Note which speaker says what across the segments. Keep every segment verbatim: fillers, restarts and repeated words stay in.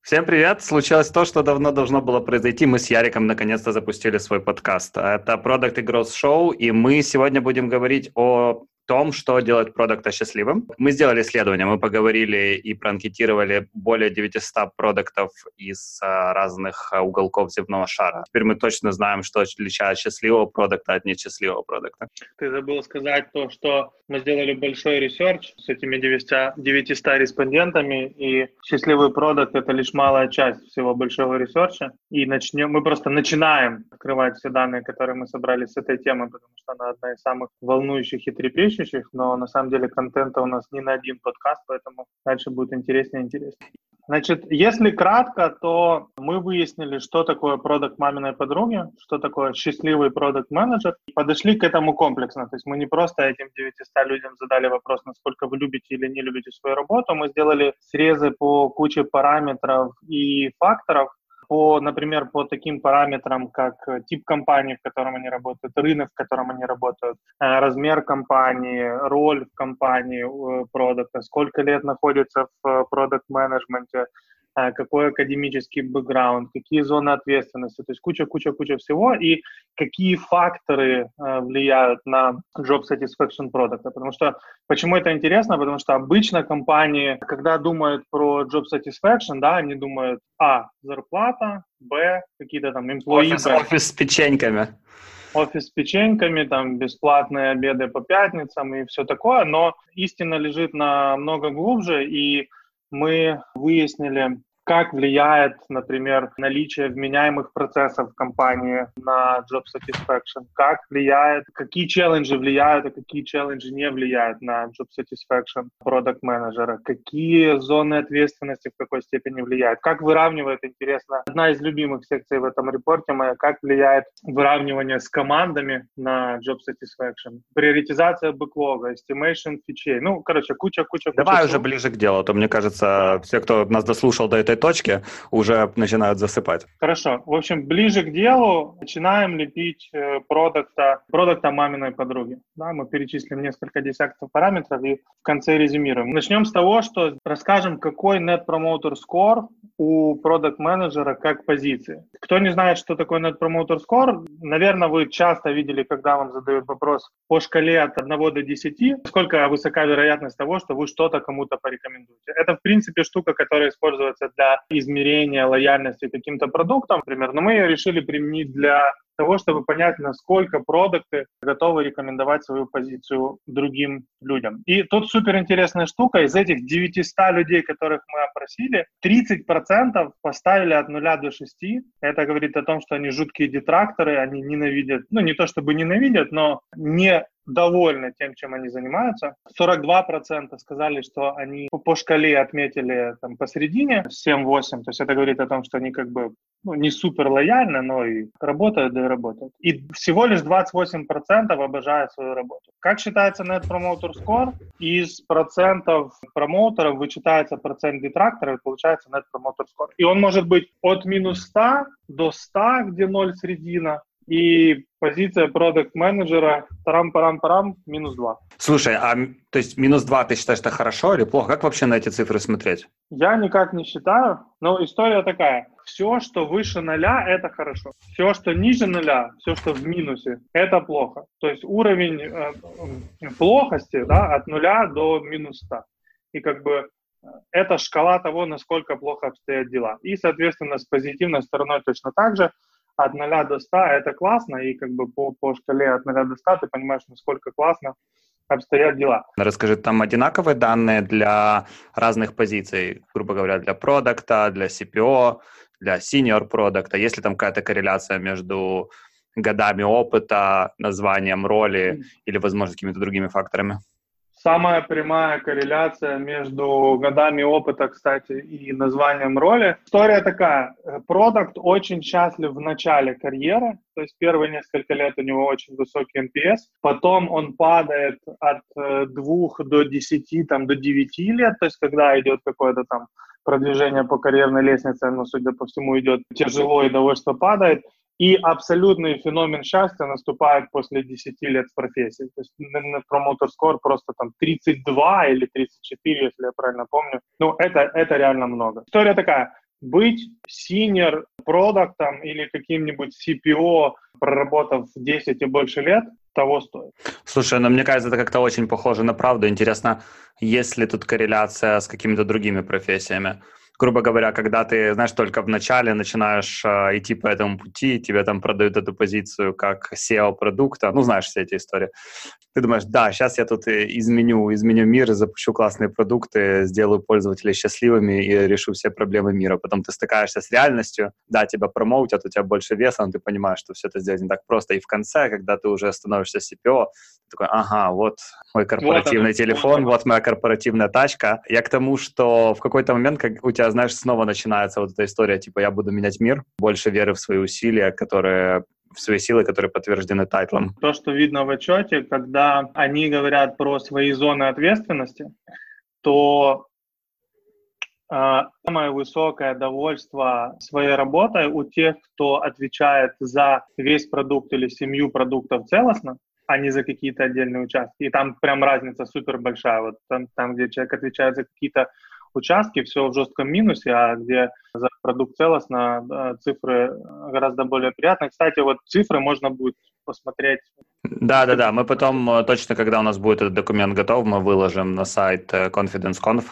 Speaker 1: Всем привет! Случилось то, что давно должно было произойти. Мы с Яриком наконец-то запустили свой подкаст. Это Product и Growth Show, и мы сегодня будем говорить о том, что делает продукта счастливым. Мы сделали исследование, мы поговорили и проанкетировали более девятисот продуктов из а, разных а, уголков земного шара. Теперь мы точно знаем, что отличает счастливого продукта от несчастливого продукта.
Speaker 2: Ты забыл сказать то, что мы сделали большой ресерч с этими девятьюстами респондентами, и счастливый продукт — это лишь малая часть всего большого ресерча. И начнем, мы просто начинаем открывать все данные, которые мы собрали с этой темы, потому что она одна из самых волнующих и трепещущих, но на самом деле контента у нас не на один подкаст, поэтому дальше будет интереснее и интереснее. Значит, если кратко, то мы выяснили, что такое продакт маминой подруги, что такое счастливый продакт-менеджер, и подошли к этому комплексно. То есть мы не просто этим девятистам людям задали вопрос, насколько вы любите или не любите свою работу, мы сделали срезы по куче параметров и факторов, по, например, по таким параметрам, как тип компании, в котором они работают, рынок, в котором они работают, размер компании, роль в компании продукта, сколько лет находится в продакт-менеджменте, какой академический бэкграунд, какие зоны ответственности, то есть куча-куча-куча всего, и какие факторы влияют на job satisfaction продукта. Потому что, почему это интересно? Потому что обычно компании, когда думают про job satisfaction, да, они думают, а, зарплата, б, какие-то там employee
Speaker 1: Офис, офис с печеньками.
Speaker 2: Офис с печеньками, там бесплатные обеды по пятницам и все такое, но истина лежит намного глубже, и мы выяснили, как влияет, например, наличие вменяемых процессов в компании на job satisfaction, как влияет, какие челленджи влияют, а какие челленджи не влияют на job satisfaction продакт-менеджера, какие зоны ответственности в какой степени влияют, как выравнивает, интересно, одна из любимых секций в этом репорте моя, как влияет выравнивание с командами на job satisfaction, приоритизация бэклога, estimation фичей, ну, короче, куча-куча.
Speaker 1: Давай уже ближе к делу, а то, мне кажется, все, кто нас дослушал до этой точки, уже начинают засыпать.
Speaker 2: Хорошо. В общем, ближе к делу начинаем лепить э, продукта, продукта маминой подруги. Да, мы перечислим несколько десятков параметров и в конце резюмируем. Начнем с того, что расскажем, какой Net Promoter Score у продакт-менеджера как позиции. Кто не знает, что такое Net Promoter Score, наверное, вы часто видели, когда вам задают вопрос по шкале от одного до десяти, сколько высока вероятность того, что вы что-то кому-то порекомендуете. Это, в принципе, штука, которая используется для измерения лояльности каким-то продуктам, например, но мы ее решили применить для того, чтобы понять, насколько продукты готовы рекомендовать свою позицию другим людям. И тут суперинтересная штука, из этих девятисот людей, которых мы опросили, тридцать процентов поставили от нуля до шести. Это говорит о том, что они жуткие детракторы, они ненавидят, ну не то чтобы ненавидят, но не довольны тем, чем они занимаются. сорок два процента сказали, что они по шкале отметили там посередине, семь-восемь, то есть это говорит о том, что они как бы ну, не супер лояльны, но и работают, да и работают. И всего лишь двадцать восемь процентов обожают свою работу. Как считается Net Promoter Score? Из процентов промоутеров вычитается процент детракторов, и получается Net Promoter Score. И он может быть от минус ста до ста, где ноль средина, и позиция продакт-менеджера тарам-парам-парам минус два.
Speaker 1: Слушай, а то есть минус два ты считаешь, это хорошо или плохо? Как вообще на эти цифры смотреть?
Speaker 2: Я никак не считаю, но история такая. Все, что выше ноля, это хорошо. Все, что ниже ноля, все, что в минусе, это плохо. То есть уровень э, плохости, да, от нуля до минус ста. И как бы это шкала того, насколько плохо обстоят дела. И, соответственно, с позитивной стороной точно так же. От ноля до ста это классно, и как бы по, по шкале от ноля до ста ты понимаешь, насколько классно обстоят дела.
Speaker 1: Расскажи, там одинаковые данные для разных позиций, грубо говоря, для продакта, для си пи о, для senior продакта? Есть ли там какая-то корреляция между годами опыта, названием роли или, возможно, какими-то другими факторами?
Speaker 2: Самая прямая корреляция между годами опыта, кстати, и названием роли. История такая. Продакт очень счастлив в начале карьеры, то есть первые несколько лет у него очень высокий эн пи эс, потом он падает от двух до десяти, там, до девяти лет, то есть когда идет какое-то там продвижение по карьерной лестнице, оно, судя по всему, идет тяжело и довольно падает. И абсолютный феномен счастья наступает после десяти лет в профессии. То есть Net Promoter Score просто там тридцать два или тридцать четыре, если я правильно помню. Ну, это, это реально много. История такая. быть senior продуктом или каким-нибудь си пи о, проработав десять и больше лет, того стоит.
Speaker 1: Слушай, ну мне кажется, это как-то очень похоже на правду. Интересно, есть ли тут корреляция с какими-то другими профессиями? Грубо говоря, когда ты, знаешь, только в начале начинаешь э, идти по этому пути, тебе там продают эту позицию как си и о продукта, ну, знаешь все эти истории. Ты думаешь, да, сейчас я тут изменю, изменю мир, запущу классные продукты, сделаю пользователей счастливыми и решу все проблемы мира. Потом ты стыкаешься с реальностью, да, тебя промоутят, у тебя больше веса, но ты понимаешь, что все это сделать не так просто. И в конце, когда ты уже становишься си пи о, ты такой, ага, вот мой корпоративный вот телефон, вот, вот моя корпоративная тачка. Я к тому, что в какой-то момент, как у тебя, знаешь, снова начинается вот эта история, типа, я буду менять мир, больше веры в свои усилия, которые... в свои силы, которые подтверждены тайтлом.
Speaker 2: То, что видно в отчете, когда они говорят про свои зоны ответственности, то э, самое высокое довольство своей работой у тех, кто отвечает за весь продукт или семью продуктов целостно, а не за какие-то отдельные участки. И там прям разница супер большая. Вот там, там, где человек отвечает за какие-то участки, все в жестком минусе, а где за продукт целостно, цифры гораздо более приятные. Кстати, вот цифры можно будет посмотреть.
Speaker 1: Да-да-да, мы потом, точно когда у нас будет этот документ готов, мы выложим на сайт Confidence Conf,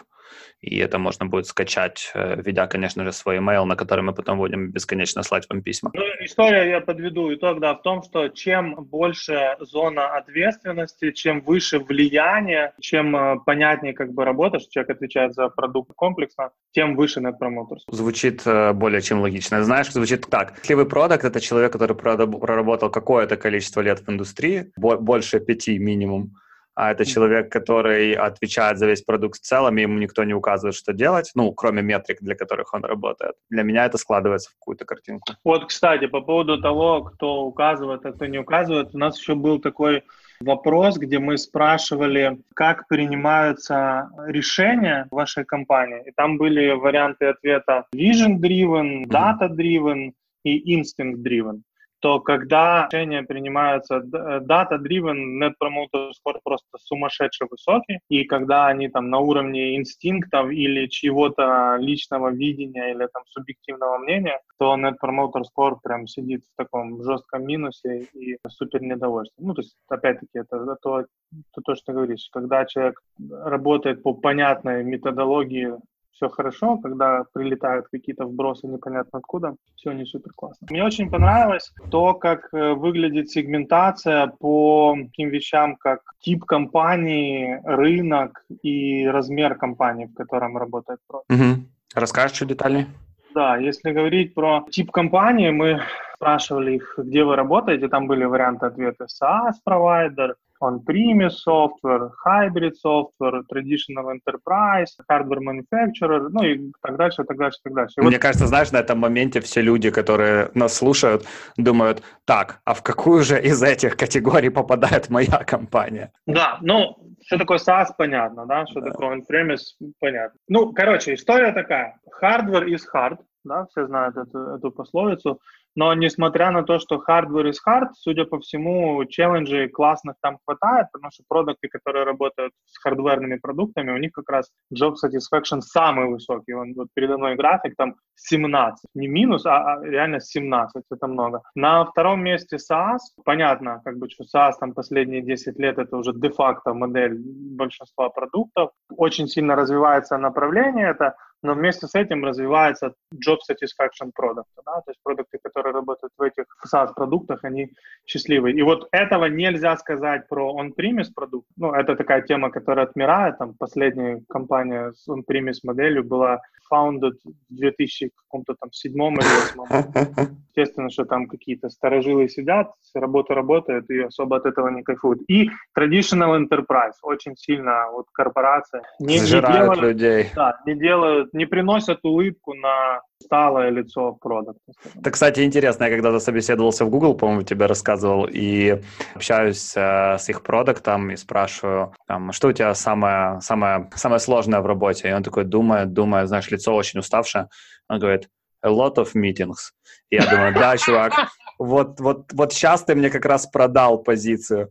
Speaker 1: и это можно будет скачать, введя, конечно же, свой email, на который мы потом будем бесконечно слать вам письма.
Speaker 2: Ну, история, я подведу итог, да, в том, что чем больше зона ответственности, чем выше влияние, чем понятнее как бы работаешь, человек отвечает за продукт комплексно, тем выше Net Promoter Score.
Speaker 1: Звучит более чем логично. Знаешь, звучит так. Счастливый продакт — это человек, который проработал какое-то количество лет в индустрии, больше пяти минимум, а это человек, который отвечает за весь продукт в целом, и ему никто не указывает, что делать, ну, кроме метрик, для которых он работает. Для меня это складывается в какую-то картинку.
Speaker 2: Вот, кстати, по поводу того, кто указывает, а кто не указывает, у нас еще был такой вопрос, где мы спрашивали, как принимаются решения в вашей компании. И там были варианты ответа vision-driven, data-driven и instinct-driven. То когда решения принимаются data-driven, Net Promoter Score просто сумасшедше высокий, и когда они там на уровне инстинктов или чьего-то личного видения или там субъективного мнения, то Net Promoter Score прям сидит в таком жестком минусе и супер недовольстве. Ну, то есть, опять-таки, это то, то, то, что ты говоришь, когда человек работает по понятной методологии, все хорошо, когда прилетают какие-то вбросы непонятно откуда, все не супер классно. Мне очень понравилось то, как выглядит сегментация по таким вещам, как тип компании, рынок и размер компании, в котором работает продукт.
Speaker 1: Угу. Расскажешь чуть детальнее?
Speaker 2: Да, если говорить про тип компании, мы спрашивали их, где вы работаете, там были варианты ответа: SaaS-провайдер, on-premise software, hybrid software, traditional enterprise, hardware manufacturer, ну и так дальше, так дальше, так дальше. И
Speaker 1: Мне
Speaker 2: вот...
Speaker 1: кажется, знаешь, на этом моменте все люди, которые нас слушают, думают, так, а в какую же из этих категорий попадает моя компания?
Speaker 2: Да, ну, что такое SaaS, понятно, да, что да. такое on-premise, понятно. Ну, короче, история такая. Hardware is hard, да, все знают эту, эту пословицу. Но несмотря на то, что hardware is hard, судя по всему, челленджей классных там хватает, потому что продукты, которые работают с хардверными продуктами, у них как раз job satisfaction самый высокий. Он, вот передо мной график, там семнадцать. Не минус, а, а реально семнадцать, это много. На втором месте SaaS. Понятно, как бы, что SaaS там последние десять лет это уже де-факто модель большинства продуктов. Очень сильно развивается направление это, но вместе с этим развивается job satisfaction продукта, да, то есть продукты, которые работают в этих SaaS-продуктах, они счастливые. И вот этого нельзя сказать про on-premise продукт. Ну, это такая тема, которая отмирает. Там последняя компания с on-premise моделью была founded в две тысячи седьмом или две тысячи восьмом. Естественно, что там какие-то старожилы сидят, работа работает и особо от этого не кайфуют. И traditional enterprise, очень сильно вот корпорации не, не делают
Speaker 1: людей.
Speaker 2: Да, не делают, не приносят улыбку на сталое лицо продукта.
Speaker 1: Это, кстати, интересно. Я когда-то собеседовался в Google, по-моему, тебе рассказывал, и общаюсь э, с их продуктом и спрашиваю, там, что у тебя самое, самое, самое сложное в работе? И он такой думает, думает, знаешь, лицо очень уставшее. Он говорит, a lot of meetings. И я думаю, да, чувак, вот, вот, вот сейчас ты мне как раз продал позицию.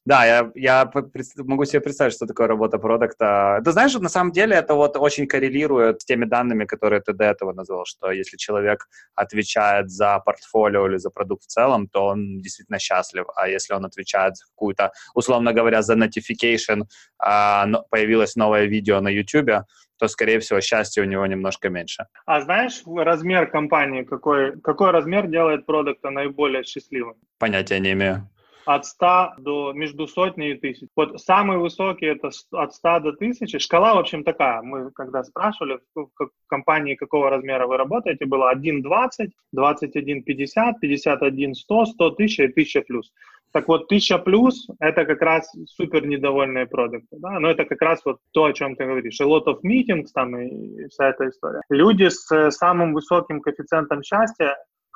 Speaker 1: Да, я, я могу себе представить, что такое работа продукта. Ты знаешь, на самом деле это вот очень коррелирует с теми данными, которые ты до этого назвал, что если человек отвечает за портфолио или за продукт в целом, то он действительно счастлив, а если он отвечает за какую-то, условно говоря, за notification, а, появилось новое видео на YouTube, то, скорее всего, счастья у него немножко меньше.
Speaker 2: А знаешь, размер компании, какой, какой размер делает продукта наиболее счастливым?
Speaker 1: Понятия не имею.
Speaker 2: От ста до между сотней и тысяч. Вот самый высокий это от ста до тысячи. Шкала, в общем, такая. Мы когда спрашивали, в компании какого размера вы работаете, было один двадцать, двадцать один пятьдесят, пятьдесят один сто, сто тысяч и тысяча плюс. Так вот, тысяча плюс – это как раз супер недовольные продукты. Да? Но это как раз вот то, о чем ты говоришь. A lot of meetings там и вся эта история. Люди с самым высоким коэффициентом счастья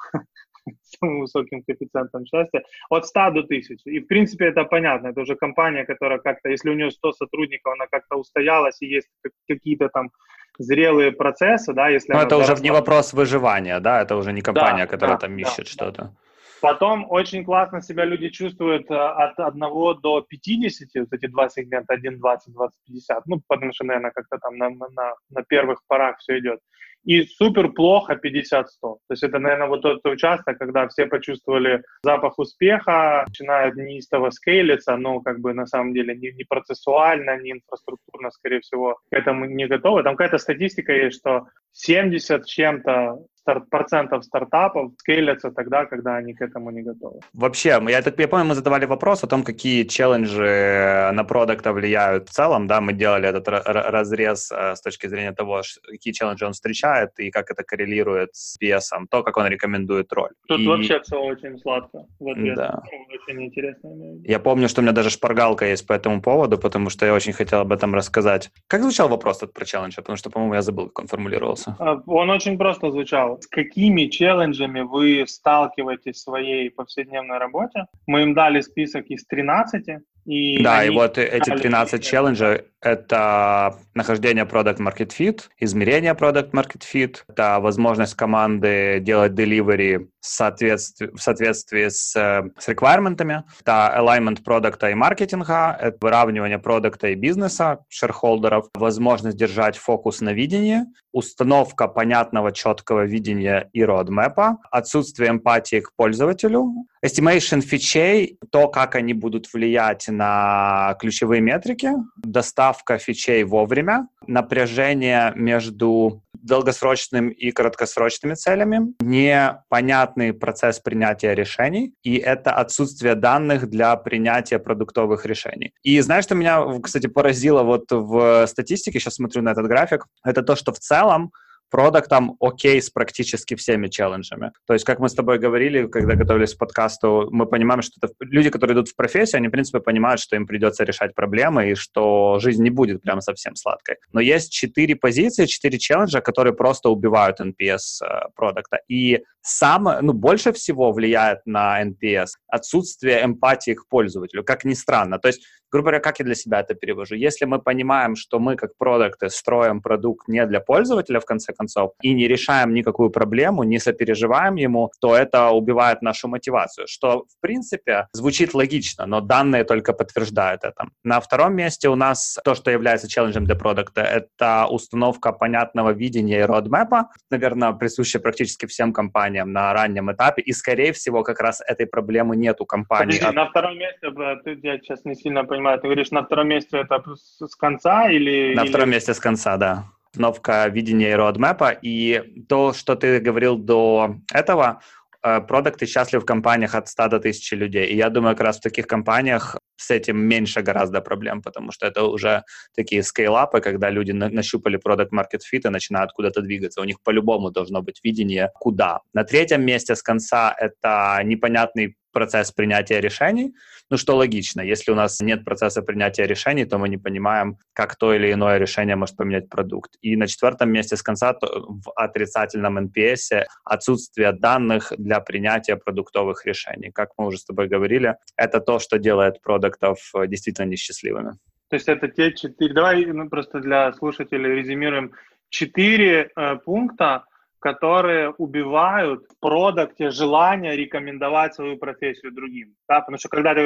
Speaker 2: самым высоким коэффициентом счастья, от ста до тысячи. И, в принципе, это понятно. Это уже компания, которая как-то, если у нее сто сотрудников, она как-то устоялась, и есть какие-то там зрелые процессы, да, если
Speaker 1: Но
Speaker 2: она
Speaker 1: это
Speaker 2: доросла.
Speaker 1: уже не вопрос выживания, да, это уже не компания,
Speaker 2: да,
Speaker 1: которая
Speaker 2: да,
Speaker 1: там ищет
Speaker 2: да,
Speaker 1: что-то.
Speaker 2: Да. Потом очень классно себя люди чувствуют от одного до пятидесяти, вот эти два сегмента, один двадцать, двадцать пятьдесят, ну, потому что, наверное, как-то там на, на, на первых порах все идет. И супер плохо пятьдесят сто. То есть это, наверное, вот тот участок, когда все почувствовали запах успеха, начинают неистово скейлиться, но как бы на самом деле не, не процессуально, не инфраструктурно, скорее всего, к этому не готовы. Там какая-то статистика есть, что семьдесят с чем-то старт, процентов стартапов скейлятся тогда, когда они к этому не готовы.
Speaker 1: Вообще, я, так, я помню, мы задавали вопрос о том, какие челленджи на продукта влияют в целом, да, мы делали этот разрез с точки зрения того, какие челленджи он встречает и как это коррелирует с весом, то, как он рекомендует роль.
Speaker 2: Тут
Speaker 1: и...
Speaker 2: вообще все очень сладко в ответ.
Speaker 1: Да.
Speaker 2: Очень интересно.
Speaker 1: Я помню, что у меня даже шпаргалка есть по этому поводу, потому что я очень хотел об этом рассказать. Как звучал вопрос тут про челленджи? Потому что, по-моему, я забыл, как он формулировался.
Speaker 2: Он очень просто звучал. С какими челленджами вы сталкиваетесь в своей повседневной работе? Мы им дали список из тринадцати. И
Speaker 1: да,
Speaker 2: они...
Speaker 1: и вот эти тринадцать челленджей — это нахождение Product Market Fit, измерение Product Market Fit, это возможность команды делать delivery в соответствии, в соответствии с, с requirement'ами, это alignment продукта и маркетинга, это выравнивание продукта и бизнеса, шерхолдеров, возможность держать фокус на видении, установка понятного, четкого видения и родмэпа, отсутствие эмпатии к пользователю, estimation фичей, то, как они будут влиять на ключевые метрики, доставка фичей вовремя, напряжение между долгосрочным и краткосрочными целями, непонятный процесс принятия решений, и это отсутствие данных для принятия продуктовых решений. И знаешь, что меня, кстати, поразило вот в статистике, сейчас смотрю на этот график, это то, что в целом продуктам окей с практически всеми челленджами. То есть, как мы с тобой говорили, когда готовились к подкасту, мы понимаем, что это люди, которые идут в профессию, они, в принципе, понимают, что им придется решать проблемы и что жизнь не будет прям совсем сладкой. Но есть четыре позиции, четыре челленджа, которые просто убивают эн пи эс продукта. И самое, ну, больше всего влияет на эн пи эс отсутствие эмпатии к пользователю, как ни странно. То есть, грубо говоря, как я для себя это перевожу? Если мы понимаем, что мы как продукты строим продукт не для пользователя, в конце концов, и не решаем никакую проблему, не сопереживаем ему, то это убивает нашу мотивацию, что, в принципе, звучит логично, но данные только подтверждают это. На втором месте у нас то, что является челленджем для продукта, это установка понятного видения и родмэпа, наверное, присущая практически всем компаниям на раннем этапе, и, скорее всего, как раз этой проблемы нет у компании.
Speaker 2: Подожди, на втором месте, ты, я сейчас не сильно понимаю, ты говоришь, на втором месте это с конца или...
Speaker 1: На
Speaker 2: или...
Speaker 1: втором месте с конца, да. Установка видения и родмэпа, и то, что ты говорил до этого, продукты счастливы в компаниях от ста до тысячи людей, и я думаю, как раз в таких компаниях с этим меньше гораздо проблем, потому что это уже такие скейлапы, когда люди на- нащупали product market fit и начинают куда-то двигаться. У них по-любому должно быть видение куда. На третьем месте с конца это непонятный процесс принятия решений, ну что логично, если у нас нет процесса принятия решений, то мы не понимаем, как то или иное решение может поменять продукт. И на четвертом месте с конца в отрицательном эн пи эс отсутствие данных для принятия продуктовых решений. Как мы уже с тобой говорили, это то, что делает продуктов действительно несчастливыми.
Speaker 2: То есть это те четыре, давай ну, просто для слушателей резюмируем, четыре э, пункта, которые убивают в продукте желание рекомендовать свою профессию другим. Да? Потому что когда ты говоришь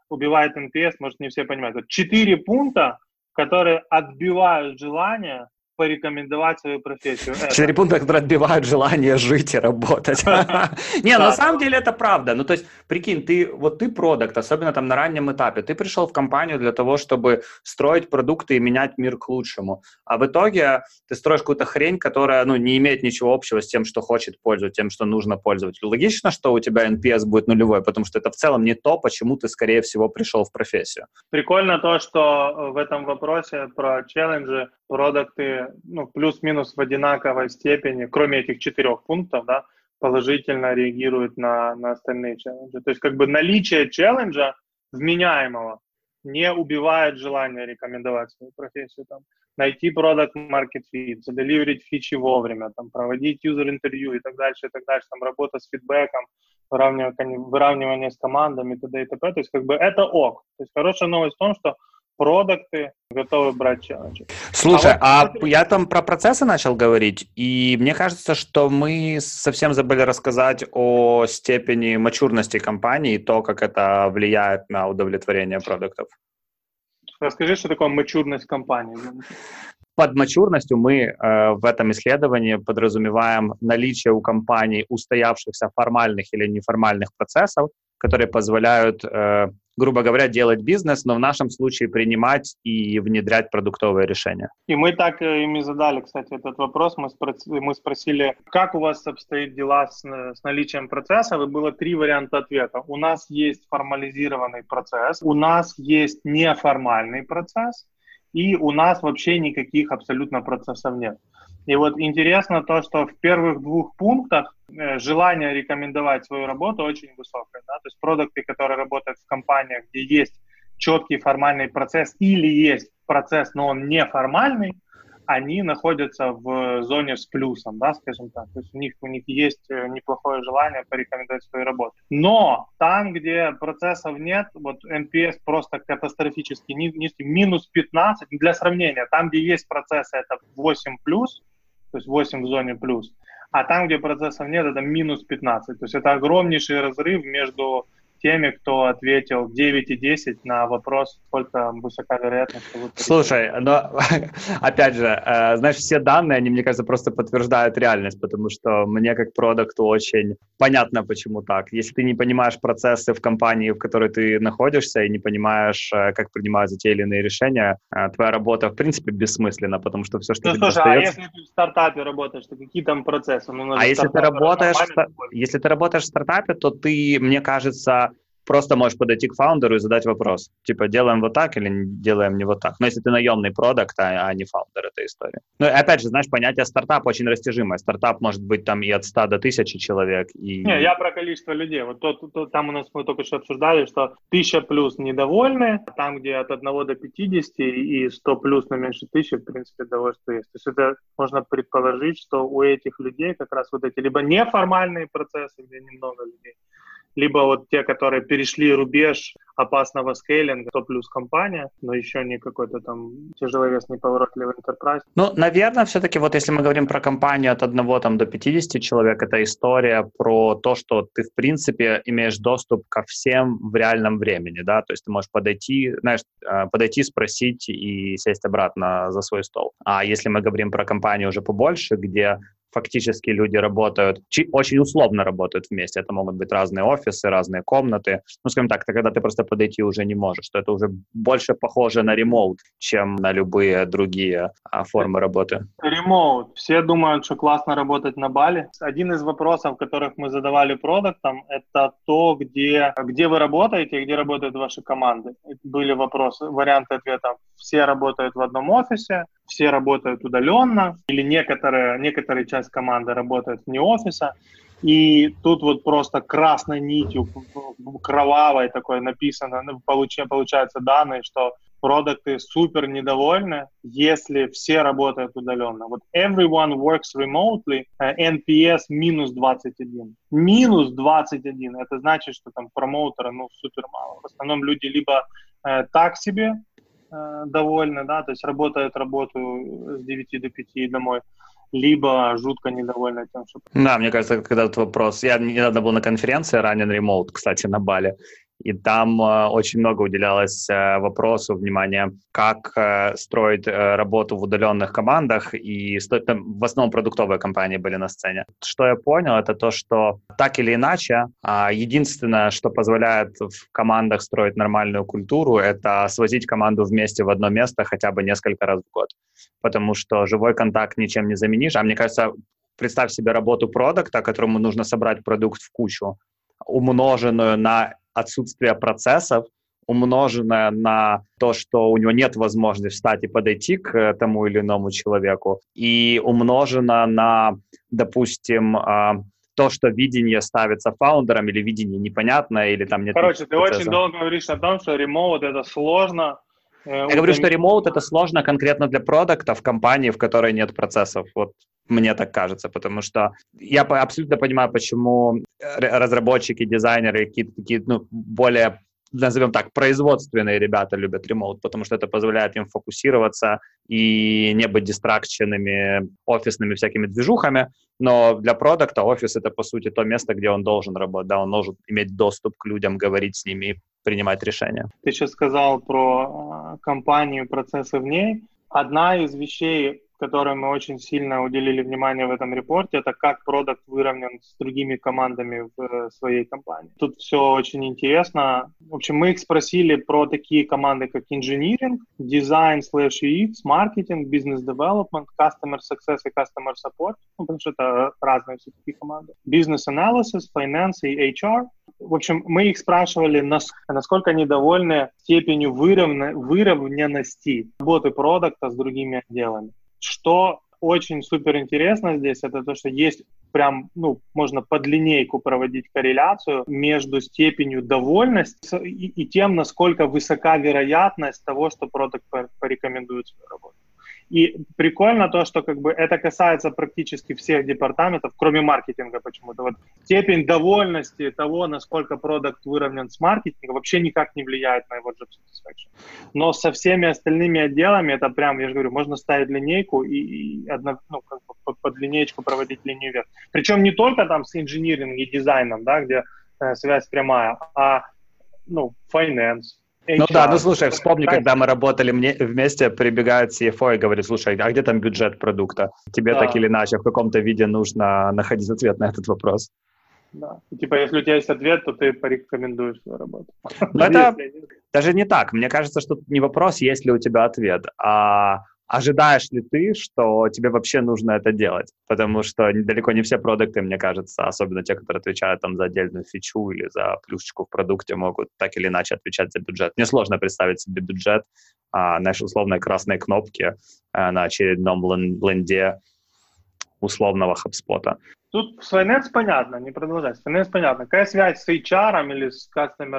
Speaker 2: убивает эн пи эс, может, не все понимают. Вот четыре пункта, которые отбивают желание порекомендовать свою профессию.
Speaker 1: Четыре пункта, которые отбивают желание жить и работать. Не, на самом деле это правда. Ну, то есть, прикинь, ты, вот ты продакт, особенно там на раннем этапе, ты пришел в компанию для того, чтобы строить продукты и менять мир к лучшему. А в итоге ты строишь какую-то хрень, которая, ну, не имеет ничего общего с тем, что хочет пользователь, тем, что нужно пользователю. Логично, что у тебя эн пи эс будет нулевой, потому что это в целом не то, почему ты, скорее всего, пришел в профессию.
Speaker 2: Прикольно то, что в этом вопросе про челленджи продукты, ну, плюс-минус в одинаковой степени, кроме этих четырех пунктов, да, положительно реагируют на, на остальные челленджи. То есть как бы наличие челленджа вменяемого не убивает желание рекомендовать свою профессию. Там, найти продакт market fit, заделиверить фичи вовремя, там, проводить юзер-интервью и так дальше, и так дальше, там, работа с фидбэком, выравнивание, выравнивание с командами и т.д. и т.п. То есть как бы это ок. То есть хорошая новость в том, что продукты готовы брать челленджи.
Speaker 1: Слушай, а, вот, а я там про процессы начал говорить, и мне кажется, что мы совсем забыли рассказать о степени мачурности компании и то, как это влияет на удовлетворение продуктов.
Speaker 2: Расскажи, что такое мачурность компании.
Speaker 1: Под мачурностью мы э, в этом исследовании подразумеваем наличие у компаний устоявшихся формальных или неформальных процессов, которые позволяют, э, грубо говоря, делать бизнес, но в нашем случае принимать и внедрять продуктовые решения.
Speaker 2: И мы так ими задали, кстати, этот вопрос. Мы спросили, мы спросили, как у вас обстоят дела с, с наличием процессов, и было три варианта ответа. У нас есть формализированный процесс, у нас есть неформальный процесс, и у нас вообще никаких абсолютно процессов нет. И вот интересно то, что в первых двух пунктах э, желание рекомендовать свою работу очень высокое. Да? То есть продукты, которые работают в компаниях, где есть четкий формальный процесс или есть процесс, но он неформальный, они находятся в зоне с плюсом, да, скажем так. То есть у них, у них есть неплохое желание порекомендовать свою работу. Но там, где процессов нет, вот эн пи эс просто катастрофически низкий, минус пятнадцать. Для сравнения, там, где есть процессы, это восемь плюс, то есть восемь в зоне плюс, а там, где процессов нет, это минус пятнадцать. То есть это огромнейший разрыв между теми, кто ответил девять и десять на вопрос, сколько высока вероятность, что вы...
Speaker 1: Слушай, но опять же, э, знаешь, все данные, они, мне кажется, просто подтверждают реальность, потому что мне как продукту очень понятно, почему так. Если ты не понимаешь процессы в компании, в которой ты находишься, и не понимаешь, э, как принимаются те или иные решения, э, твоя работа, в принципе, бессмысленна, потому что все, что
Speaker 2: ну,
Speaker 1: тебе
Speaker 2: слушай,
Speaker 1: остается...
Speaker 2: а если ты в стартапе работаешь, то какие там процессы? Ну,
Speaker 1: а если ты, работаешь в... если ты работаешь в стартапе, то ты, мне кажется... просто можешь подойти к фаундеру и задать вопрос. Типа, делаем вот так или делаем не вот так. Но если ты наемный продакт, а, а не фаундер этой истории. Ну, и опять же, знаешь, понятие стартап очень растяжимое. Стартап может быть там и от ста до тысячи человек. И...
Speaker 2: Не, я про количество людей. Вот то, то, там у нас мы только что обсуждали, что тысяча плюс недовольны, а там, где от одного до пятидесяти и сто плюс, но меньше тысячи, в принципе, довольство есть. То есть это можно предположить, что у этих людей как раз вот эти либо неформальные процессы, где немного людей, либо вот те, которые перешли рубеж опасного скейлинга, то плюс компания, но еще не какой-то там тяжеловесный поворотливый enterprise.
Speaker 1: Ну, наверное, все-таки вот если мы говорим про компанию от одного там, до пятидесяти человек, это история про то, что ты, в принципе, имеешь доступ ко всем в реальном времени, да, то есть ты можешь подойти, знаешь, подойти, спросить и сесть обратно за свой стол. А если мы говорим про компанию уже побольше, где фактически люди работают, очень условно работают вместе. Это могут быть разные офисы, разные комнаты. Ну, скажем так, это когда ты просто подойти уже не можешь, что это уже больше похоже на ремоут, чем на любые другие а, формы работы.
Speaker 2: Ремоут. Все думают, что классно работать на Бали. Один из вопросов, которых мы задавали продуктам, это то, где, где вы работаете и где работают ваши команды. Были вопросы, варианты ответа. Все работают в одном офисе, все работают удаленно, или некоторые, некоторые часть команды работает вне офиса. И тут вот просто красной нитью, кровавой такой написано, получаются данные, что продукты супер недовольны, если все работают удаленно. Вот everyone works remotely, эн пи эс минус двадцать один. Минус двадцать один, это значит, что там промоутера, ну, супер мало. В основном люди либо э, так себе э, довольны, да, то есть работают работу с девяти до пяти домой, либо жутко недовольны тем, что...
Speaker 1: Да, мне кажется, когда этот вопрос... Я недавно был на конференции Run and Remote, кстати, на Бали, и там э, очень много уделялось э, вопросу внимания, как э, строить э, работу в удаленных командах, и сто... там в основном продуктовые компании были на сцене. Что я понял, это то, что так или иначе, э, единственное, что позволяет в командах строить нормальную культуру, это свозить команду вместе в одно место хотя бы несколько раз в год, потому что живой контакт ничем не заменишь, а мне кажется, представь себе работу продакта, которому нужно собрать продукт в кучу, умноженную на отсутствие процессов, умноженное на то, что у него нет возможности встать и подойти к тому или иному человеку, и умножено на, допустим, то, что видение ставится фаундером, или видение непонятное, или там нет...
Speaker 2: Короче, ты
Speaker 1: процесса.
Speaker 2: очень долго говоришь о том, что ремоут — это сложно.
Speaker 1: Я говорю, что ремоут — это сложно конкретно для продакта в компании, в которой нет процессов. Вот мне так кажется, потому что я абсолютно понимаю, почему разработчики, дизайнеры, какие-то такие, ну, более, назовем так, производственные ребята любят ремоут, потому что это позволяет им фокусироваться и не быть дистракченными офисными всякими движухами. Но для продакта офис — это, по сути, то место, где он должен работать, да, он должен иметь доступ к людям, говорить с ними, принимать решения.
Speaker 2: Ты сейчас сказал про компанию, процессы в ней. Одна из вещей, которой мы очень сильно уделили внимание в этом репорте, это как продакт выровнен с другими командами в своей компании. Тут все очень интересно. В общем, мы их спросили про такие команды, как engineering, design slash ю экс, marketing, business development, customer success и customer support, ну, потому что это разные все-таки команды, business analysis, finance и эйч ар. В общем, мы их спрашивали, насколько они довольны степенью выровня, выровненности работы продакта с другими отделами. Что очень супер интересно здесь, это то, что есть прям, ну, можно под линейку проводить корреляцию между степенью довольности и, и тем, насколько высока вероятность того, что продакт порекомендует свою работу. И прикольно то, что как бы это касается практически всех департаментов, кроме маркетинга почему-то. Вот степень довольности того, насколько продакт выровнен с маркетингом, вообще никак не влияет на его job satisfaction. Но со всеми остальными отделами это прям, я же говорю, можно ставить линейку и, и одно, ну, как бы под, под линеечку проводить линию вверх. Причем не только там с инжинирингом и дизайном, да, где э, связь прямая, а ну, finance. эйч ар.
Speaker 1: Ну да, ну слушай, вспомни, когда мы работали мне, вместе, прибегает си эф о и говорит, слушай, а где там бюджет продукта? Тебе да. Так или иначе в каком-то виде нужно находить ответ на этот вопрос.
Speaker 2: Да, и, типа если у тебя есть ответ, то ты порекомендуешь свою работу.
Speaker 1: Но это даже не так. Мне кажется, что не вопрос, есть ли у тебя ответ, а ожидаешь ли ты, что тебе вообще нужно это делать? Потому что далеко не все продукты, мне кажется, особенно те, которые отвечают там за отдельную фичу или за плюшечку в продукте, могут так или иначе отвечать за бюджет. Мне сложно представить себе бюджет а, на условной красной кнопке а, на очередном ленде условного HubSpot.
Speaker 2: Тут с Finance понятно, не продолжать. С Finance понятно. Какая связь с эйч ар или с Customer?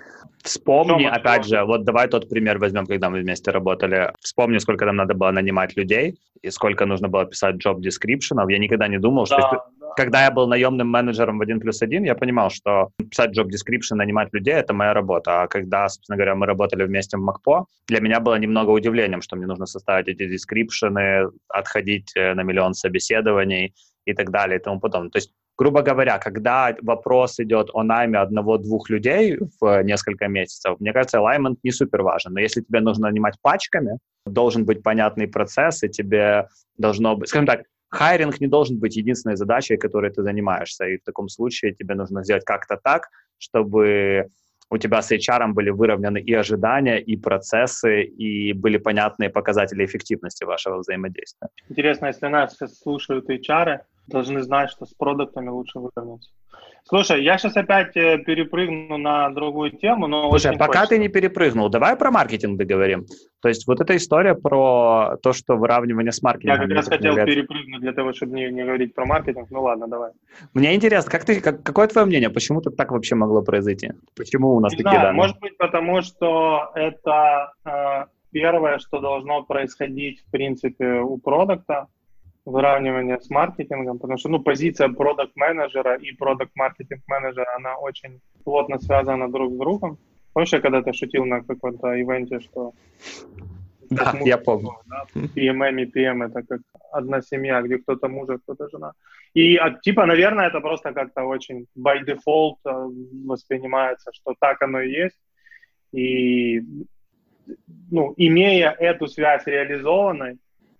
Speaker 1: Вспомни, опять же, вот давай тот пример возьмем, когда мы вместе работали. Вспомни, сколько нам надо было нанимать людей и сколько нужно было писать job description'ов. Я никогда не думал, что... Да, если... да. Когда я был наемным менеджером в один плюс один, я понимал, что писать job description, нанимать людей — это моя работа. А когда, собственно говоря, мы работали вместе в МакПо, для меня было немного удивлением, что мне нужно составить эти description'ы, отходить на миллион собеседований и так далее и тому подобное. То есть, грубо говоря, когда вопрос идет о найме одного-двух людей в несколько месяцев, мне кажется, alignment не супер важен. Но если тебе нужно нанимать пачками, должен быть понятный процесс, и тебе должно быть... Скажем так, хайринг не должен быть единственной задачей, которой ты занимаешься. И в таком случае тебе нужно сделать как-то так, чтобы у тебя с эйч ар были выровнены и ожидания, и процессы, и были понятные показатели эффективности вашего взаимодействия.
Speaker 2: Интересно, если нас сейчас слушают эйч ар, должны знать, что с продуктами лучше выровняться. Слушай, я сейчас опять перепрыгну на другую тему, но
Speaker 1: Слушай,
Speaker 2: очень
Speaker 1: пока
Speaker 2: хочется.
Speaker 1: Ты не перепрыгнул, давай про маркетинг договорим. То есть вот эта история про то, что выравнивание с маркетингом...
Speaker 2: Я как раз хотел является... перепрыгнуть для того, чтобы не, не говорить про маркетинг. Ну ладно, давай.
Speaker 1: Мне интересно, как ты, как, какое твое мнение, почему так вообще могло произойти? Почему у нас
Speaker 2: не
Speaker 1: такие
Speaker 2: знаю,
Speaker 1: данные?
Speaker 2: Может быть, потому что это э, первое, что должно происходить, в принципе, у продукта. Выравнивание с маркетингом, потому что, ну, позиция продакт-менеджера и продакт-маркетинг-менеджера, она очень плотно связана друг с другом. Помнишь, я когда-то шутил на каком-то ивенте, что
Speaker 1: Да,
Speaker 2: муж,
Speaker 1: я помню.
Speaker 2: да, пи эм эм и пи эм это как одна семья, где кто-то муж, а кто-то жена. И а, типа, наверное, это просто как-то очень by default э, воспринимается, что так оно и есть. И, ну, имея эту связь реализованной,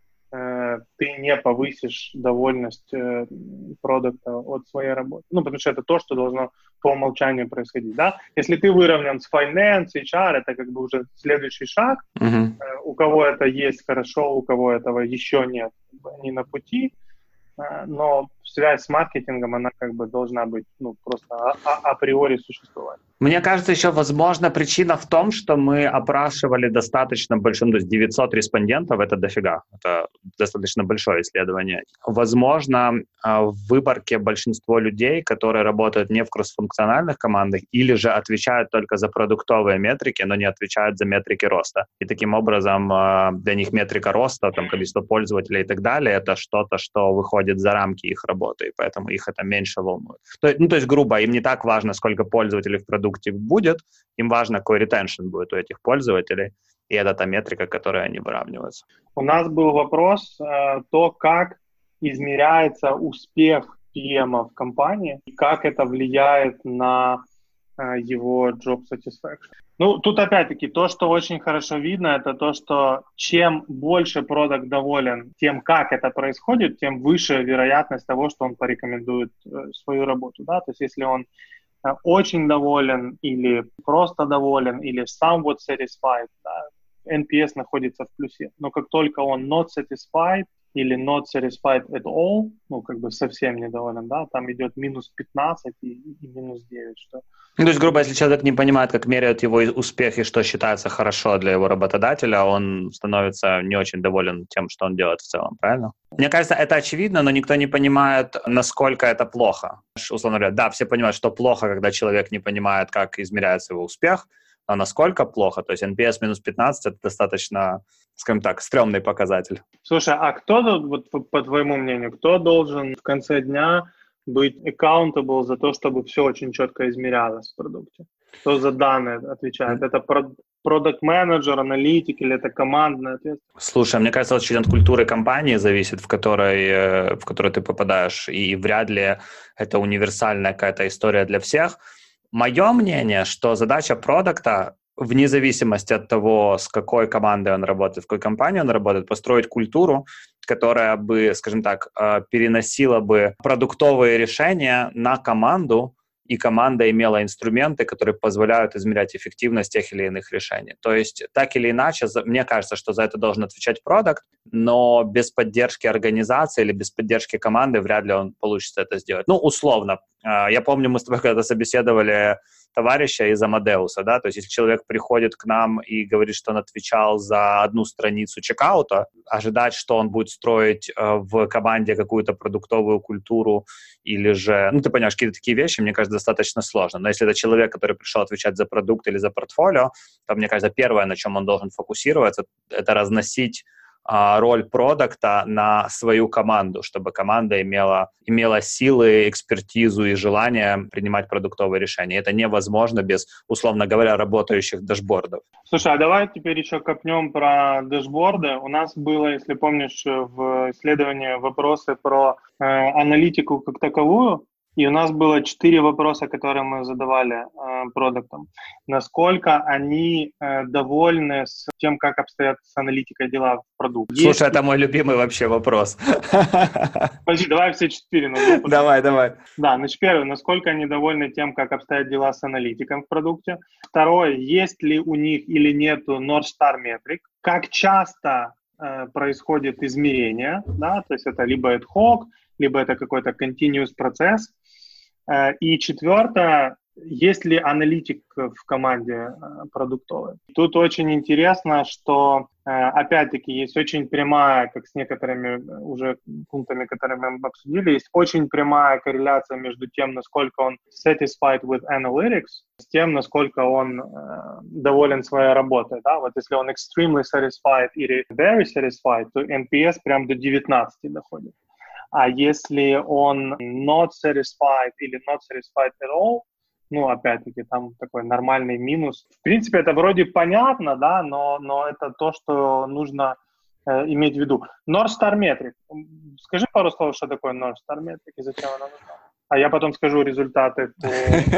Speaker 2: э, ты не повысишь довольность э, продукта от своей работы. Ну, потому что это то, что должно по умолчанию происходить, да. Если ты выровнен с finance, эйч ар, это как бы уже следующий шаг.
Speaker 1: Угу.
Speaker 2: Э, у кого это есть, хорошо, у кого этого еще нет, они на пути. Э, но связь с маркетингом, она как бы должна быть, ну, просто а- а- априори существовать.
Speaker 1: Мне кажется, еще, возможно, причина в том, что мы опрашивали достаточно большим, то есть девятьсот респондентов, это дофига, это достаточно большое исследование. Возможно, в выборке большинство людей, которые работают не в кроссфункциональных командах или же отвечают только за продуктовые метрики, но не отвечают за метрики роста. И таким образом для них метрика роста, там, количество пользователей и так далее, это что-то, что выходит за рамки их работы, и поэтому их это меньше волнует. То, ну, то есть, грубо, им не так важно, сколько пользователей в продукте будет, им важно, какой ретеншн будет у этих пользователей, и это та метрика, которой они выравниваются.
Speaker 2: У нас был вопрос, то, как измеряется успех пи эм в компании, и как это влияет на его job satisfaction. Ну, тут опять-таки, то, что очень хорошо видно, это то, что чем больше продакт доволен тем, как это происходит, тем выше вероятность того, что он порекомендует свою работу, да, то есть если он очень доволен или просто доволен, или somewhat satisfied, да, эн пи эс находится в плюсе. Но как только он not satisfied или not satisfied at all, ну, как бы совсем недоволен, да, там идет минус пятнадцать и, и минус девять, что...
Speaker 1: Ну, то есть, грубо, если человек не понимает, как меряют его успехи, что считается хорошо для его работодателя, он становится не очень доволен тем, что он делает в целом, правильно? Мне кажется, это очевидно, но никто не понимает, насколько это плохо. Условно говоря, да, все понимают, что плохо, когда человек не понимает, как измеряется его успех, а насколько плохо? То есть эн пи эс минус пятнадцать – это достаточно, скажем так, стрёмный показатель.
Speaker 2: Слушай, а кто, вот, по твоему мнению, кто должен в конце дня быть accountable за то, чтобы все очень четко измерялось в продукте? Кто за данные отвечает? Это продакт-менеджер, аналитик или это командная ответственность?
Speaker 1: Слушай, мне кажется, очень от культуры компании зависит, в которой, в которой ты попадаешь, и вряд ли это универсальная какая-то история для всех. Мое мнение, что задача продакта, вне зависимости от того, с какой командой он работает, в какой компании он работает, построить культуру, которая бы, скажем так, переносила бы продуктовые решения на команду, и команда имела инструменты, которые позволяют измерять эффективность тех или иных решений. То есть, так или иначе, мне кажется, что за это должен отвечать продакт, но без поддержки организации или без поддержки команды вряд ли он получится это сделать. Ну, условно. Я помню, мы с тобой когда собеседовали товарища из Амадеуса, да, то есть если человек приходит к нам и говорит, что он отвечал за одну страницу чекаута, ожидать, что он будет строить э, в команде какую-то продуктовую культуру или же, ну, ты понимаешь, какие-то такие вещи, мне кажется, достаточно сложно. Но если это человек, который пришел отвечать за продукт или за портфолио, то, мне кажется, первое, на чем он должен фокусироваться, это разносить роль продакта на свою команду, чтобы команда имела, имела силы, экспертизу и желание принимать продуктовые решения. Это невозможно без, условно говоря, работающих дашбордов.
Speaker 2: Слушай, а давай теперь еще копнем про дашборды. У нас было, если помнишь, в исследовании вопросы про э, аналитику как таковую, и у нас было четыре вопроса, которые мы задавали э, продуктам. Насколько они э, довольны с тем, как обстоят с аналитикой дела в продукте.
Speaker 1: Слушай, Есть... это мой любимый вообще вопрос.
Speaker 2: Подожди, давай все четыре.
Speaker 1: Давай, давай.
Speaker 2: Да, значит, первый, насколько они довольны тем, как обстоят дела с аналитиком в продукте. Второе, есть ли у них или нету North Star метрик. Как часто э, происходит измерение, да, то есть это либо ad hoc, либо это какой-то continuous процесс. И четвертое, есть ли аналитик в команде продуктовой. Тут очень интересно, что, опять-таки, есть очень прямая, как с некоторыми уже пунктами, которые мы обсудили, есть очень прямая корреляция между тем, насколько он satisfied with analytics, с тем, насколько он доволен своей работой. Да? Вот если он extremely satisfied или very satisfied, то эн пи эс прям до девятнадцати доходит. А если он not satisfied или not satisfied at all, Ну, опять-таки, там такой нормальный минус. В принципе, это вроде понятно, да, но, но это то, что нужно э, иметь в виду. North Star Metric. Скажи пару слов, что такое North Star Metric и зачем она нужна. А я потом скажу результаты по...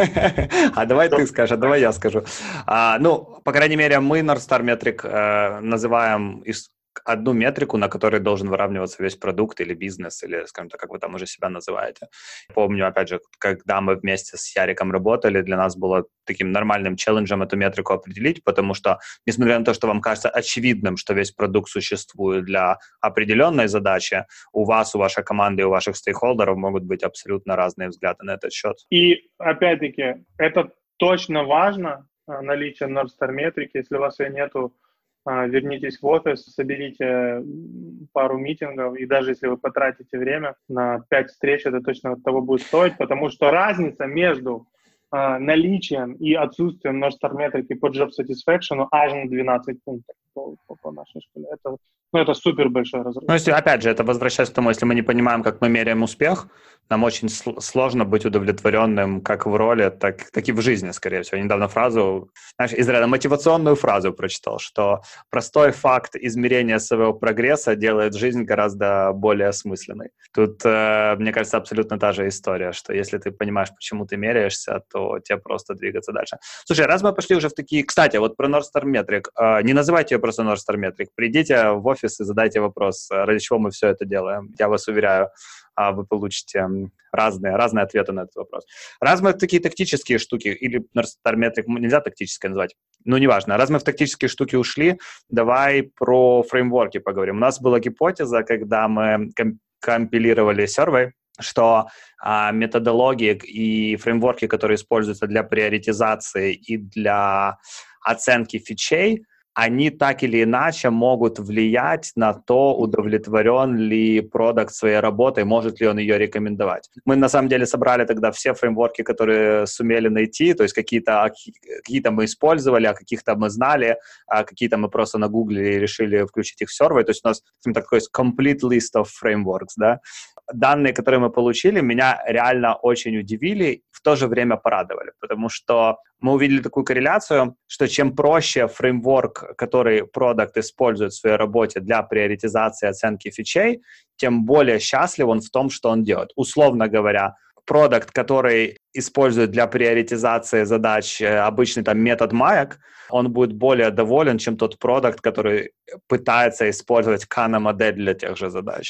Speaker 1: А давай ты скажешь, а давай я скажу. А, ну, по крайней мере, мы North Star Metric э, называем из одну метрику, на которой должен выравниваться весь продукт или бизнес, или, скажем так, как вы там уже себя называете. Помню, опять же, когда мы вместе с Яриком работали, для нас было таким нормальным челленджем эту метрику определить, потому что, несмотря на то, что вам кажется очевидным, что весь продукт существует для определенной задачи, у вас, у вашей команды, у ваших стейкхолдеров могут быть абсолютно разные взгляды на этот счет.
Speaker 2: И, опять-таки, это точно важно, наличие North Star метрики. Если у вас ее нету, вернитесь в офис, соберите пару митингов, и даже если вы потратите время на пять встреч, это точно того будет стоить, потому что разница между э, наличием и отсутствием North Star метрики по job satisfaction аж на двенадцать пунктов по, по, по нашей школе. Это, ну, это супер большой разрыв.
Speaker 1: Ну, если, опять же, это возвращаясь к тому, если мы не понимаем, как мы меряем успех, нам очень сл- сложно быть удовлетворенным как в роли, так, так и в жизни, скорее всего. Я недавно фразу, знаешь, из ряда мотивационную фразу прочитал, что простой факт измерения своего прогресса делает жизнь гораздо более осмысленной. Тут, э, мне кажется, абсолютно та же история, что если ты понимаешь, почему ты меряешься, то тебе просто двигаться дальше. Слушай, раз мы пошли уже в такие... Кстати, вот про North Star Metric. Э, не называйте ее просто North Star Metric. Придите в офис и задайте вопрос, ради чего мы все это делаем. Я вас уверяю, вы получите разные, разные ответы на этот вопрос. Раз мы в такие тактические штуки, или North Star Metric нельзя тактическое назвать, ну, неважно. Раз мы в тактические штуки ушли, давай про фреймворки поговорим. У нас была гипотеза, когда мы комп- компилировали сервей, что а, методологии и фреймворки, которые используются для приоритизации и для оценки фичей, они так или иначе могут влиять на то, удовлетворен ли продакт своей работой, может ли он ее рекомендовать. Мы, на самом деле, собрали тогда все фреймворки, которые сумели найти, то есть какие-то, какие-то мы использовали, а каких-то мы знали, а какие-то мы просто нагуглили и решили включить их в сервер. То есть у нас такой complete list of frameworks, да. Данные, которые мы получили, меня реально очень удивили, в то же время порадовали, потому что мы увидели такую корреляцию, что чем проще фреймворк, который продакт использует в своей работе для приоритизации оценки фичей, тем более счастлив он в том, что он делает. Условно говоря, продакт, который использует для приоритизации задач обычный там метод маек, он будет более доволен, чем тот продакт, который пытается использовать Kana-модель для тех же задач.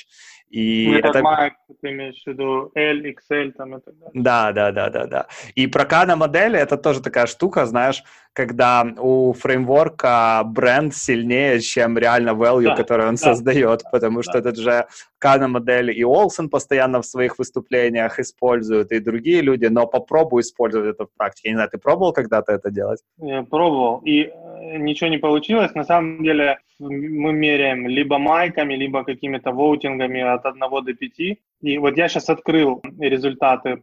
Speaker 1: И
Speaker 2: метод
Speaker 1: это...
Speaker 2: маек, ты имеешь в виду L, икс эль там и так далее.
Speaker 1: Да, да, да, да, да. И про Kana-модели это тоже такая штука, знаешь, когда у фреймворка бренд сильнее, чем реально value, да, который он да, создает, потому да, что этот же Kana-модель и Олсен постоянно в своих выступлениях используют, и другие люди, но попробуй использовать это в практике. Я не знаю, ты пробовал когда-то это делать?
Speaker 2: Я пробовал, и ничего не получилось. На самом деле мы меряем либо майками, либо какими-то воутингами от одного до пяти. И вот я сейчас открыл результаты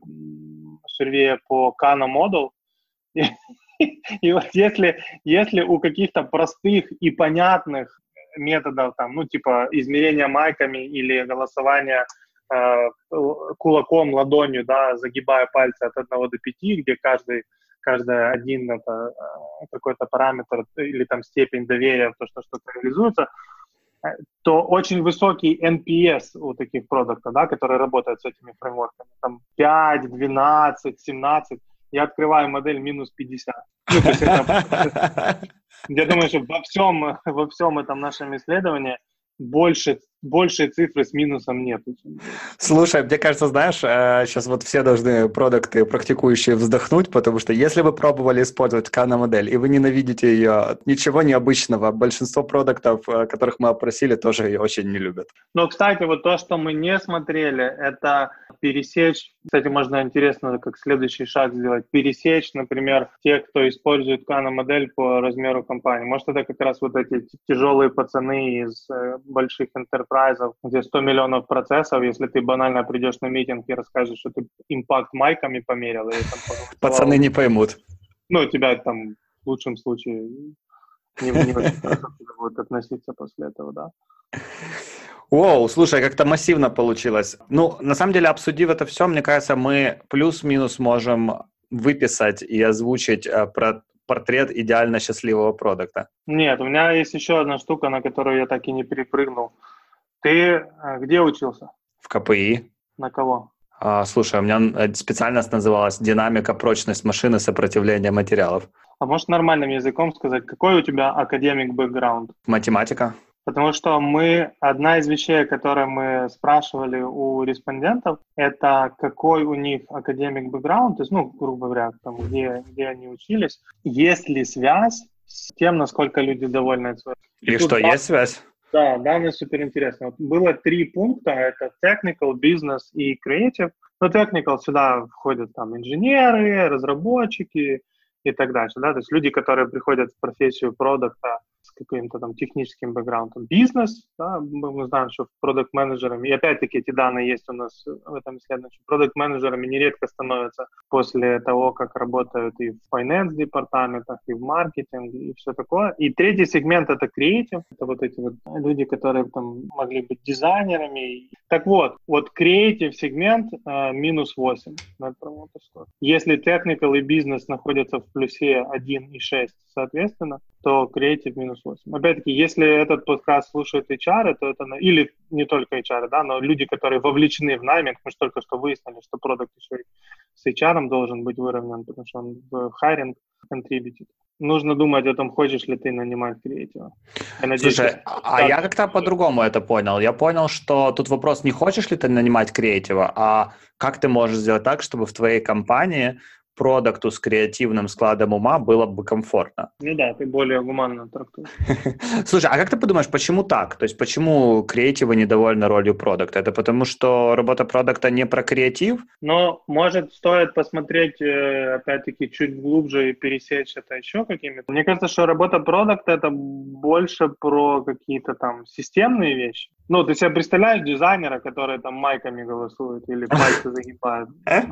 Speaker 2: сервея по Kana Model, и, и вот если, если у каких-то простых и понятных методов, там, ну, типа измерения майками или голосования э, кулаком, ладонью, да, загибая пальцы от одного до пяти, где каждый каждый один это какой-то параметр или там степень доверия в то, что что-то реализуется, то очень высокий эн пи эс у таких продуктов, да, которые работают с этими фреймворками, там пять, двенадцать, семнадцать, я открываю модель минус пятьдесят. Ну, то есть это, я думаю, что во всем, во всем этом нашем исследовании больше, большей цифры с минусом нет.
Speaker 1: Слушай, мне кажется, знаешь, сейчас вот все должны продукты практикующие вздохнуть, потому что если вы пробовали использовать Kana-модель, и вы ненавидите ее, ничего необычного. Большинство продуктов, которых мы опросили, тоже ее очень не любят.
Speaker 2: Но, кстати, вот то, что мы не смотрели, это пересечь, кстати, можно интересно, как следующий шаг сделать, пересечь, например, тех, кто использует Kana-модель по размеру компании. Может, это как раз вот эти тяжелые пацаны из больших энтерпрайзов, где сто миллионов процессов, если ты банально придешь на митинг и расскажешь, что ты импакт майками померил. И там
Speaker 1: пацаны не поймут.
Speaker 2: Ну, тебя там в лучшем случае не, не очень хорошо будут относиться после этого, да.
Speaker 1: Воу, слушай, как-то массивно получилось. Ну, на самом деле, обсудив это все, мне кажется, мы плюс-минус можем выписать и озвучить э, про портрет идеально счастливого продукта?
Speaker 2: Нет, у меня есть еще одна штука, на которую я так и не перепрыгнул. Ты а, где учился?
Speaker 1: В КПИ.
Speaker 2: На кого?
Speaker 1: А, слушай, у меня специальность называлась «Динамика, прочность машины, сопротивление материалов».
Speaker 2: А можешь нормальным языком сказать, какой у тебя академик бэкграунд?
Speaker 1: Математика.
Speaker 2: Потому что мы, одна из вещей, которые мы спрашивали у респондентов, это какой у них академик бэкграунд, то есть, ну, грубо говоря, там, где, где они учились, есть ли связь с тем, насколько люди довольны от своего.
Speaker 1: И что,
Speaker 2: да,
Speaker 1: есть связь?
Speaker 2: Да, данные суперинтересно. Вот было три пункта, это technical, business и creative. Но technical сюда входят там инженеры, разработчики и так дальше, да, то есть люди, которые приходят в профессию продукта с каким-то там техническим бэкграундом. Бизнес, да, мы, мы знаем, что продакт-менеджерами, и опять-таки эти данные есть у нас в этом исследовании, продакт-менеджерами нередко становятся после того, как работают и в finance-департаментах, и в маркетинге, и все такое. И третий сегмент — это креатив, это вот эти вот люди, которые там могли быть дизайнерами. Так вот, вот креатив-сегмент э, минус восемь на Promoter Score. Если technical и бизнес находятся в плюсе один и шесть, соответственно, то креатив минус восемь. Опять-таки, если этот подкаст слушают эйч ар, то это, или не только эйч ар, да, но люди, которые вовлечены в найминг, мы же только что выяснили, что продукт еще и с эйч ар должен быть выровнен, потому что он в хайринг контрибьютит. Нужно думать о том, хочешь ли ты нанимать креатива.
Speaker 1: Я надеюсь, Слушай, что... а я как-то по-другому это понял. Я понял, что тут вопрос не хочешь ли ты нанимать креатива, а как ты можешь сделать так, чтобы в твоей компании продукту с креативным складом ума было бы комфортно.
Speaker 2: Ну да, ты более гуманно трактуешь.
Speaker 1: Слушай, а как ты подумаешь, почему так? То есть почему креативы недовольны ролью продукта? Это потому, что работа продукта не про креатив?
Speaker 2: Ну, может, стоит посмотреть, опять-таки, чуть глубже и пересечь это еще какими-то. Мне кажется, что работа продукта — это больше про какие-то там системные вещи. Ну, ты себе представляешь дизайнера, который там майками голосует или пальцы загибает?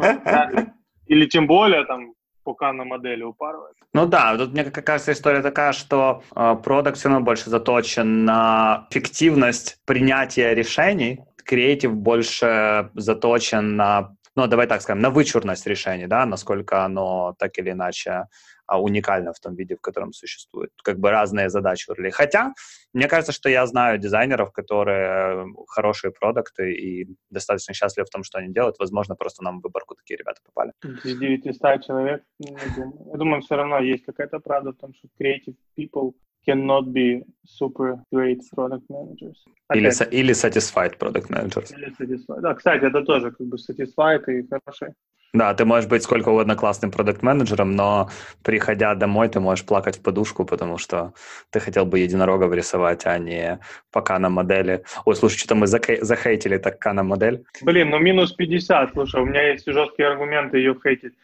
Speaker 2: Или тем более там пока на модели упарывает.
Speaker 1: Ну да, тут мне кажется история такая, что э, продакт все равно больше заточен на эффективность принятия решений, креатив больше заточен на, ну давай так скажем, на вычурность решений, да, насколько оно так или иначе уникально в том виде, в котором существует. Как бы разные задачи у ролей. Хотя, мне кажется, что я знаю дизайнеров, которые хорошие продукты и достаточно счастливы в том, что они делают. Возможно, просто нам в выборку такие ребята попали.
Speaker 2: Из девятисот человек, не думаю. Я думаю, все равно есть какая-то правда в том, что creative people cannot be super great product managers.
Speaker 1: Или, или satisfied product managers.
Speaker 2: Или satisfied. Да, кстати, это тоже как бы satisfied и хороший.
Speaker 1: Да, ты можешь быть сколько угодно классным продакт-менеджером, но приходя домой, ты можешь плакать в подушку, потому что ты хотел бы единорога рисовать, а не по Кана-модели. Ой, слушай, что-то мы захей- захейтили так Кана-модель.
Speaker 2: Блин, ну минус пятьдесят, слушай, у меня есть жесткие аргументы ее хейтить.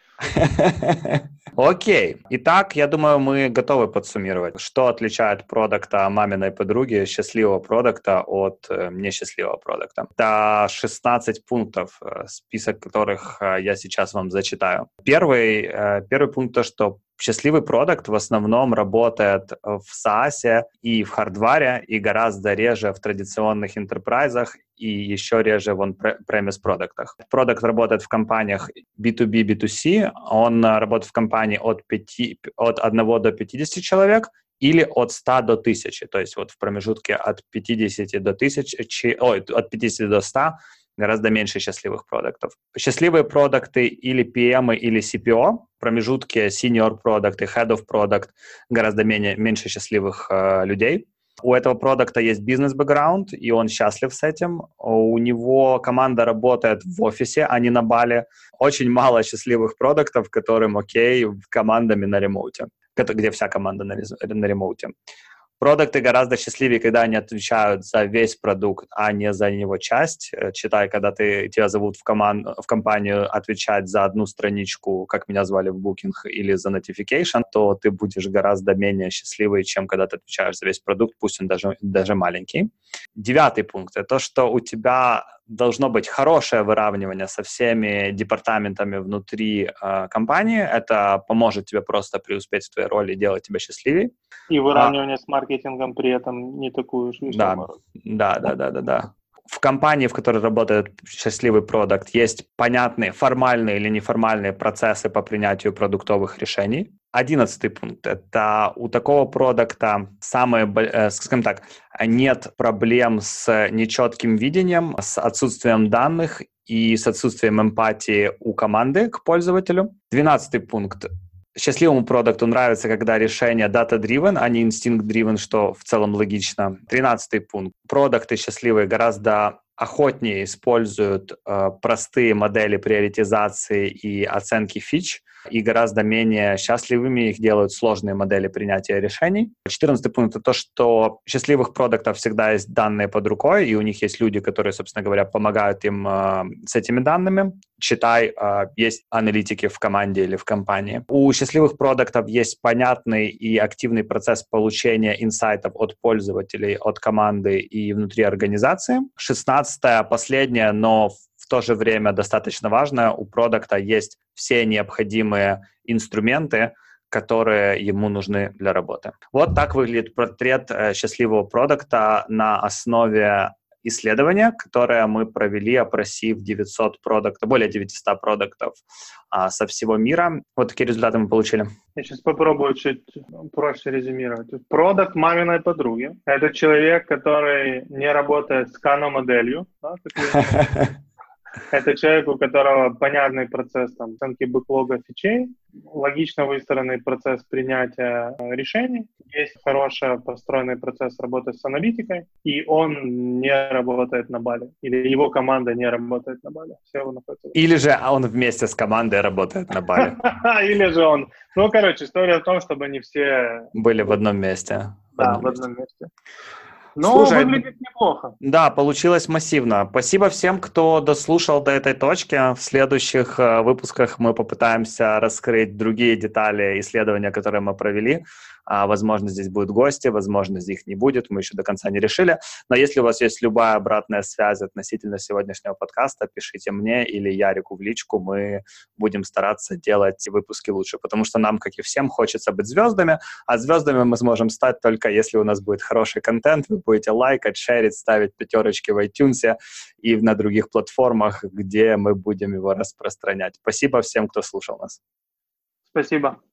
Speaker 1: Окей. Итак, я думаю, мы готовы подсуммировать, что отличает продукта маминой подруги, счастливого продукта от э, несчастливого продукта. Это шестнадцать пунктов, э, список которых э, я сейчас вам зачитаю. Первый, э, первый пункт то, что счастливый продукт в основном работает в SaaS и в хардваре, и гораздо реже в традиционных enterprise'ах, и еще реже в on-premise продуктах. Продукт работает в компаниях би ту би, би ту си, он работает в компании от, пяти, от одного до пятидесяти человек, или от ста до тысячи, то есть вот в промежутке от пятидесяти до тысячи, ой, от пятидесяти до ста гораздо меньше счастливых продуктов. Счастливые продукты или пи эм, или си пи о, промежутки senior product и head of product гораздо менее, меньше счастливых э, людей. У этого продукта есть бизнес-бэкграунд, и он счастлив с этим. У него команда работает в офисе, а не на Бали. Очень мало счастливых продуктов, которым окей командами на ремоуте, где вся команда на, на ремоуте. Продукты гораздо счастливее, когда они отвечают за весь продукт, а не за него часть. Читай, когда ты, тебя зовут в, коман- в компанию отвечать за одну страничку, как меня звали в Booking, или за notification, то ты будешь гораздо менее счастливый, чем когда ты отвечаешь за весь продукт, пусть он даже, даже маленький. Девятый пункт — это то, что у тебя должно быть хорошее выравнивание со всеми департаментами внутри э, компании. Это поможет тебе просто преуспеть в твоей роли и делать тебя счастливее.
Speaker 2: И выравнивание а, с маркетингом при этом не такую уж вещь.
Speaker 1: Да, да, да, да, да, да. в компании, в которой работает счастливый продакт, есть понятные формальные или неформальные процессы по принятию продуктовых решений. Одиннадцатый пункт – это у такого продакта самые, скажем так, нет проблем с нечетким видением, с отсутствием данных и с отсутствием эмпатии у команды к пользователю. Двенадцатый пункт. Счастливому продукту нравится, когда решение data-driven, а не instinct-driven, что в целом логично. Тринадцатый пункт. Продукты счастливые гораздо охотнее используют э, простые модели приоритизации и оценки фич, и гораздо менее счастливыми их делают сложные модели принятия решений. Четырнадцатый пункт — это то, что счастливых продуктов всегда есть данные под рукой, и у них есть люди, которые, собственно говоря, помогают им э, с этими данными. Читай, э, есть аналитики в команде или в компании. У счастливых продуктов есть понятный и активный процесс получения инсайтов от пользователей, от команды и внутри организации. Шестнадцатое, последнее, но в то же время достаточно важное, у продукта есть все необходимые инструменты, которые ему нужны для работы. Вот так выглядит портрет счастливого продукта на основе исследования, которое мы провели, опросив девятьсот продуктов, более девятьсот продуктов а, со всего мира. Вот такие результаты мы получили.
Speaker 2: Я сейчас попробую чуть проще резюмировать. Продукт маминой подруги — это человек, который не работает с кано-моделью. Да, это человек, у которого понятный процесс там, оценки бэклога фичей, логично выстроенный процесс принятия решений, есть хороший построенный процесс работы с аналитикой, и он не работает на Бали, или его команда не работает на Бали. Все его находится.
Speaker 1: Или же он вместе с командой работает на Бали.
Speaker 2: Или же он. Ну, короче, история в том, чтобы они все...
Speaker 1: Были в одном месте.
Speaker 2: Да, в одном месте. Но
Speaker 1: Слушай,
Speaker 2: выглядит неплохо.
Speaker 1: Да, получилось массивно. Спасибо всем, кто дослушал до этой точки. В следующих э, выпусках мы попытаемся раскрыть другие детали исследования, которые мы провели. А, возможно, здесь будут гости, возможно, здесь их не будет, мы еще до конца не решили. Но если у вас есть любая обратная связь относительно сегодняшнего подкаста, пишите мне или Ярику в личку, мы будем стараться делать выпуски лучше, потому что нам, как и всем, хочется быть звездами, а звездами мы сможем стать только если у нас будет хороший контент, вы будете лайкать, шерить, ставить пятерочки в iTunes и на других платформах, где мы будем его распространять. Спасибо всем, кто слушал нас.
Speaker 2: Спасибо.